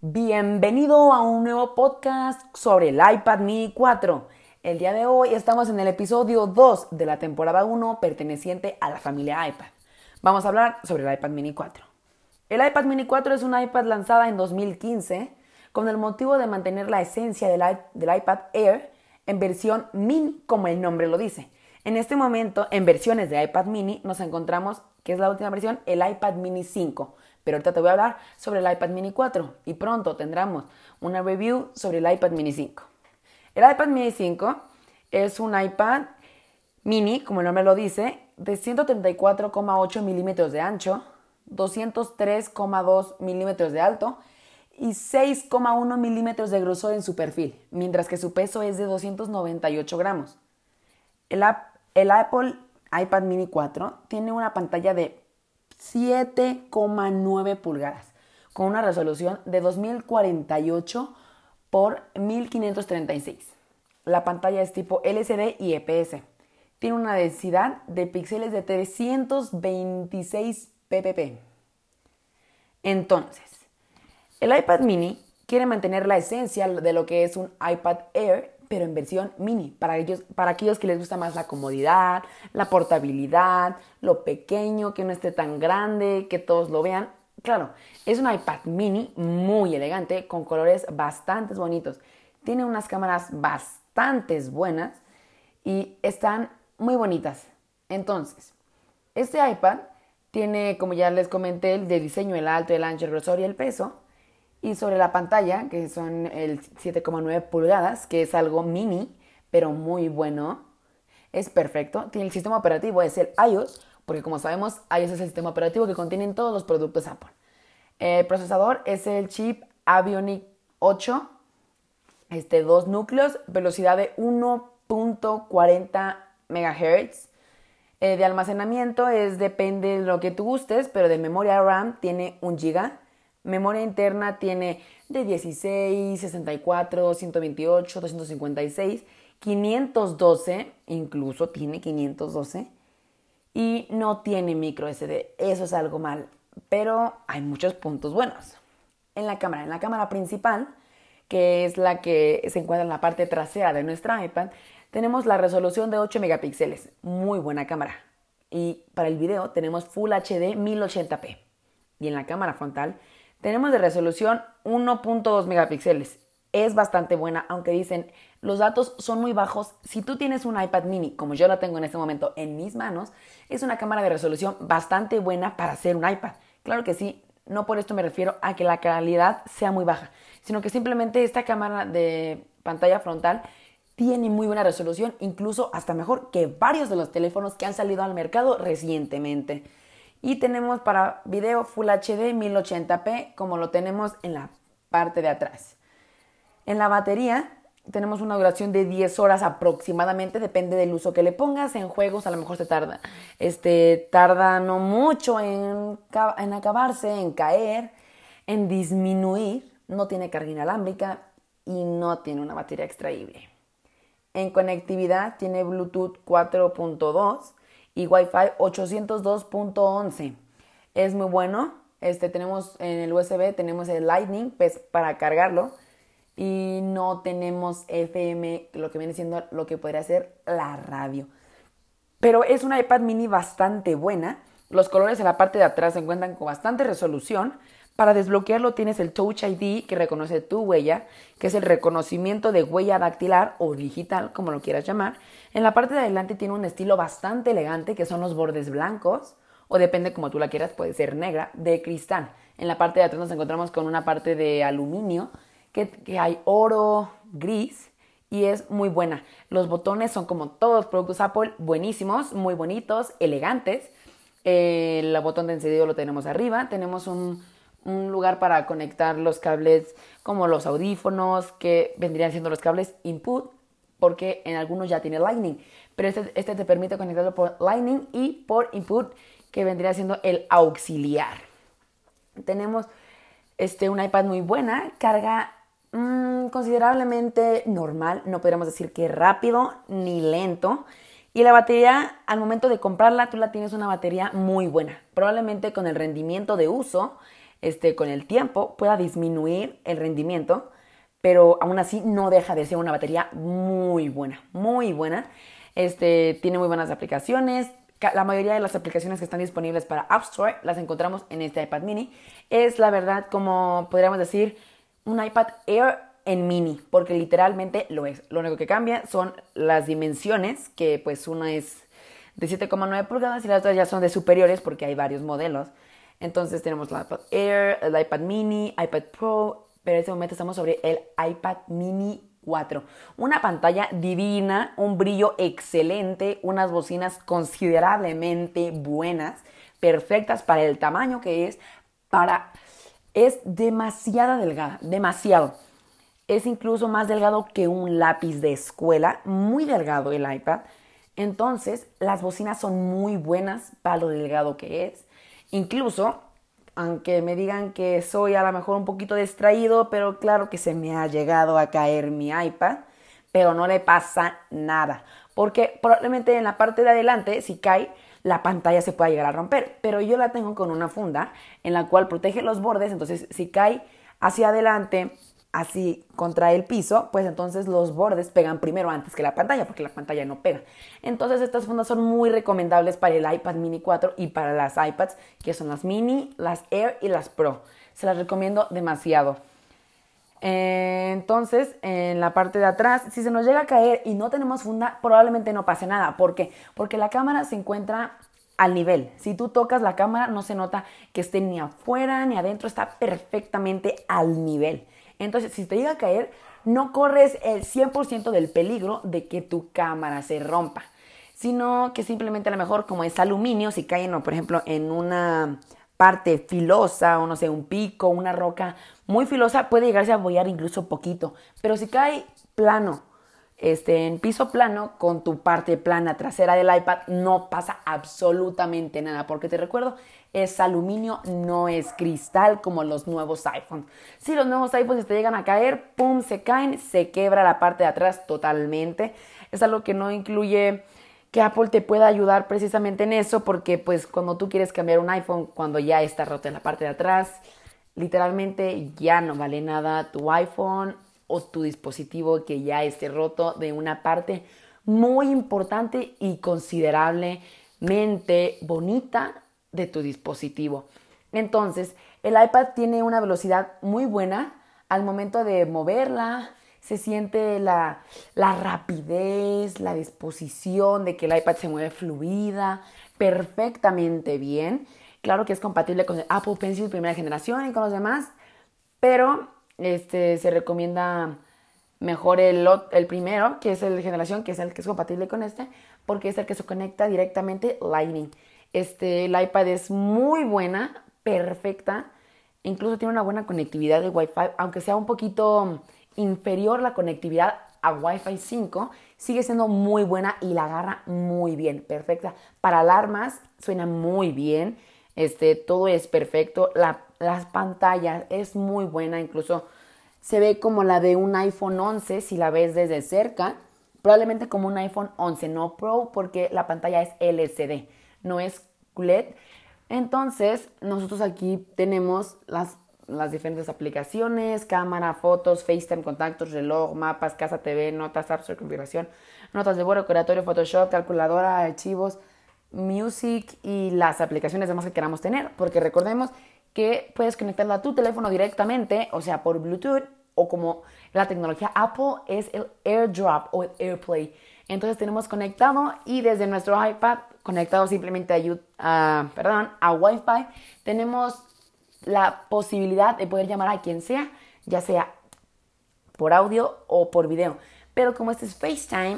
Bienvenido a un nuevo podcast sobre el iPad mini 4. El día de hoy estamos en el episodio 2 de la temporada 1 perteneciente a la familia iPad. Vamos a hablar sobre el iPad mini 4. El iPad mini 4 es un iPad lanzada en 2015 con el motivo de mantener la esencia del iPad Air en versión mini, como el nombre lo dice. En este momento, en versiones de iPad mini, nos encontramos, que es la última versión, el iPad mini 5. Pero ahorita te voy a hablar sobre el iPad mini 4 y pronto tendremos una review sobre el iPad mini 5. El iPad mini 5 es un iPad mini, como el nombre lo dice, de 134,8 milímetros de ancho, 203,2 milímetros de alto y 6,1 milímetros de grosor en su perfil, mientras que su peso es de 298 gramos. El Apple iPad mini 4 tiene una pantalla de 7,9 pulgadas con una resolución de 2048 por 1536. La pantalla es tipo LCD y EPS. Tiene una densidad de píxeles de 326 ppp. Entonces, el iPad mini quiere mantener la esencia de lo que es un iPad Air, pero en versión mini, para aquellos que les gusta más la comodidad, la portabilidad, lo pequeño, que no esté tan grande, que todos lo vean. Claro, es un iPad mini muy elegante, con colores bastante bonitos. Tiene unas cámaras bastante buenas y están muy bonitas. Entonces, este iPad tiene, como ya les comenté, el de diseño, el alto, el ancho, el grosor y el peso. Y sobre la pantalla, que son el 7,9 pulgadas, que es algo mini, pero muy bueno. Es perfecto. Tiene el sistema operativo, es el iOS, porque como sabemos, iOS es el sistema operativo que contienen todos los productos Apple. El procesador es el chip Bionic 8, 2 núcleos, velocidad de 1.40 MHz. De almacenamiento depende de lo que tú gustes, pero de memoria RAM tiene 1 GB. Memoria interna tiene de 16, 64, 128, 256, 512, incluso tiene 512, y no tiene micro SD. Eso es algo mal, pero hay muchos puntos buenos. En la cámara principal, que es la que se encuentra en la parte trasera de nuestra iPad, tenemos la resolución de 8 megapíxeles, muy buena cámara. Y para el video tenemos Full HD 1080p. Y en la cámara frontal tenemos de resolución 1.2 megapíxeles. Es bastante buena, aunque dicen los datos son muy bajos. Si tú tienes un iPad mini, como yo la tengo en este momento en mis manos, es una cámara de resolución bastante buena para ser un iPad. Claro que sí, no por esto me refiero a que la calidad sea muy baja, sino que simplemente esta cámara de pantalla frontal tiene muy buena resolución, incluso hasta mejor que varios de los teléfonos que han salido al mercado recientemente. Y tenemos para video Full HD 1080p, como lo tenemos en la parte de atrás. En la batería tenemos una duración de 10 horas aproximadamente, depende del uso que le pongas. En juegos a lo mejor se tarda. Tarda no mucho en acabarse, en caer, en disminuir. No tiene carga inalámbrica y no tiene una batería extraíble. En conectividad tiene Bluetooth 4.2 y Wi-Fi 802.11. Es muy bueno. Tenemos en el USB, tenemos el Lightning pues, para cargarlo. Y no tenemos FM, lo que viene siendo lo que podría ser la radio. Pero es una iPad mini bastante buena. Los colores en la parte de atrás se encuentran con bastante resolución. Para desbloquearlo tienes el Touch ID, que reconoce tu huella, que es el reconocimiento de huella dactilar o digital, como lo quieras llamar. En la parte de adelante tiene un estilo bastante elegante, que son los bordes blancos, o depende como tú la quieras, puede ser negra, de cristal. En la parte de atrás nos encontramos con una parte de aluminio, que hay oro, gris, y es muy buena. Los botones son como todos los productos Apple, buenísimos, muy bonitos, elegantes. El botón de encendido lo tenemos arriba. Tenemos un lugar para conectar los cables como los audífonos, que vendrían siendo los cables input, porque en algunos ya tiene Lightning, pero este te permite conectarlo por Lightning y por input, que vendría siendo el auxiliar. Tenemos una iPad muy buena, carga considerablemente normal, no podríamos decir que rápido ni lento. Y la batería, al momento de comprarla, tú la tienes una batería muy buena. Probablemente con el rendimiento de uso con el tiempo pueda disminuir el rendimiento, pero aún así no deja de ser una batería muy buena, muy buena. Tiene muy buenas aplicaciones. La mayoría de las aplicaciones que están disponibles para App Store las encontramos en este iPad mini. Es la verdad, como podríamos decir, un iPad Air en mini, porque literalmente lo es. Lo único que cambia son las dimensiones, que pues una es de 7,9 pulgadas y las otras ya son de superiores porque hay varios modelos. Entonces tenemos el iPad Air, el iPad mini, iPad Pro, pero en este momento estamos sobre el iPad mini 4. Una pantalla divina, un brillo excelente, unas bocinas considerablemente buenas, perfectas para el tamaño que es, es demasiado delgada, demasiado. Es incluso más delgado que un lápiz de escuela, muy delgado el iPad. Entonces, las bocinas son muy buenas para lo delgado que es. Incluso, aunque me digan que soy a lo mejor un poquito distraído, pero claro que se me ha llegado a caer mi iPad, pero no le pasa nada. Porque probablemente en la parte de adelante, si cae, la pantalla se pueda llegar a romper. Pero yo la tengo con una funda en la cual protege los bordes, entonces si cae hacia adelante, así contra el piso, pues entonces los bordes pegan primero antes que la pantalla, porque la pantalla no pega. Entonces estas fundas son muy recomendables para el iPad mini 4 y para las iPads, que son las mini, las Air y las Pro. Se las recomiendo demasiado. Entonces, en la parte de atrás, si se nos llega a caer y no tenemos funda, probablemente no pase nada. ¿Por qué? Porque la cámara se encuentra al nivel. Si tú tocas la cámara, no se nota que esté ni afuera ni adentro, está perfectamente al nivel. Entonces, si te llega a caer, no corres el 100% del peligro de que tu cámara se rompa, sino que simplemente a lo mejor, como es aluminio, si cae, por ejemplo, en una parte filosa o no sé, un pico, una roca muy filosa, puede llegarse a abollar incluso poquito. Pero si cae plano, en piso plano, con tu parte plana trasera del iPad, no pasa absolutamente nada, porque te recuerdo, es aluminio, no es cristal como los nuevos iPhones. Si los nuevos iPhones te llegan a caer, pum, se caen, se quebra la parte de atrás totalmente. Es algo que no incluye que Apple te pueda ayudar precisamente en eso, porque pues cuando tú quieres cambiar un iPhone, cuando ya está rota en la parte de atrás, literalmente ya no vale nada tu iPhone o tu dispositivo que ya esté roto de una parte muy importante y considerablemente bonita de tu dispositivo. Entonces, el iPad tiene una velocidad muy buena al momento de moverla. Se siente la rapidez, la disposición de que el iPad se mueve fluida, perfectamente bien. Claro que es compatible con el Apple Pencil primera generación y con los demás, pero se recomienda mejor el primero, que es el de generación, que es el que es compatible con porque es el que se conecta directamente Lightning. El iPad es muy buena, perfecta, incluso tiene una buena conectividad de Wi-Fi, aunque sea un poquito inferior la conectividad a Wi-Fi 5, sigue siendo muy buena y la agarra muy bien, perfecta. Para alarmas suena muy bien, todo es perfecto, las pantallas es muy buena, incluso se ve como la de un iPhone 11 si la ves desde cerca, probablemente como un iPhone 11, no Pro, porque la pantalla es LCD, no es QLED. Entonces, nosotros aquí tenemos las diferentes aplicaciones, cámara, fotos, FaceTime, contactos, reloj, mapas, casa TV, notas, apps de configuración, notas de vuelo, recordatorio, Photoshop, calculadora, archivos, music y las aplicaciones demás que queramos tener, porque recordemos que puedes conectarla a tu teléfono directamente, o sea, por Bluetooth, o como la tecnología Apple es el AirDrop o el AirPlay. Entonces tenemos conectado y desde nuestro iPad conectado simplemente a Wi-Fi, tenemos la posibilidad de poder llamar a quien sea, ya sea por audio o por video. Pero como este es FaceTime,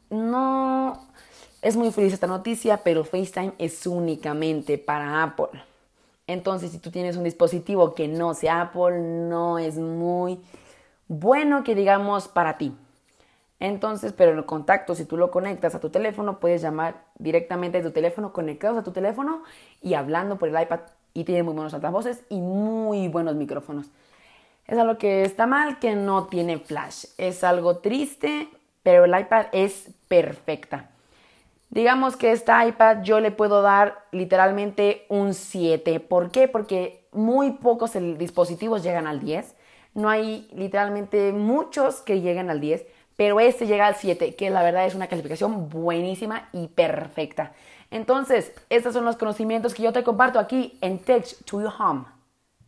no es muy feliz esta noticia, pero FaceTime es únicamente para Apple. Entonces, si tú tienes un dispositivo que no sea Apple, no es muy bueno que digamos para ti. Entonces, pero en el contacto, si tú lo conectas a tu teléfono, puedes llamar directamente de tu teléfono, conectados a tu teléfono y hablando por el iPad. Y tiene muy buenos altavoces y muy buenos micrófonos. Es algo que está mal, que no tiene flash. Es algo triste, pero el iPad es perfecta. Digamos que esta iPad yo le puedo dar literalmente un 7. ¿Por qué? Porque muy pocos dispositivos llegan al 10. No hay literalmente muchos que lleguen al 10, pero este llega al 7, que la verdad es una calificación buenísima y perfecta. Entonces, estos son los conocimientos que yo te comparto aquí en Tech to Your Home.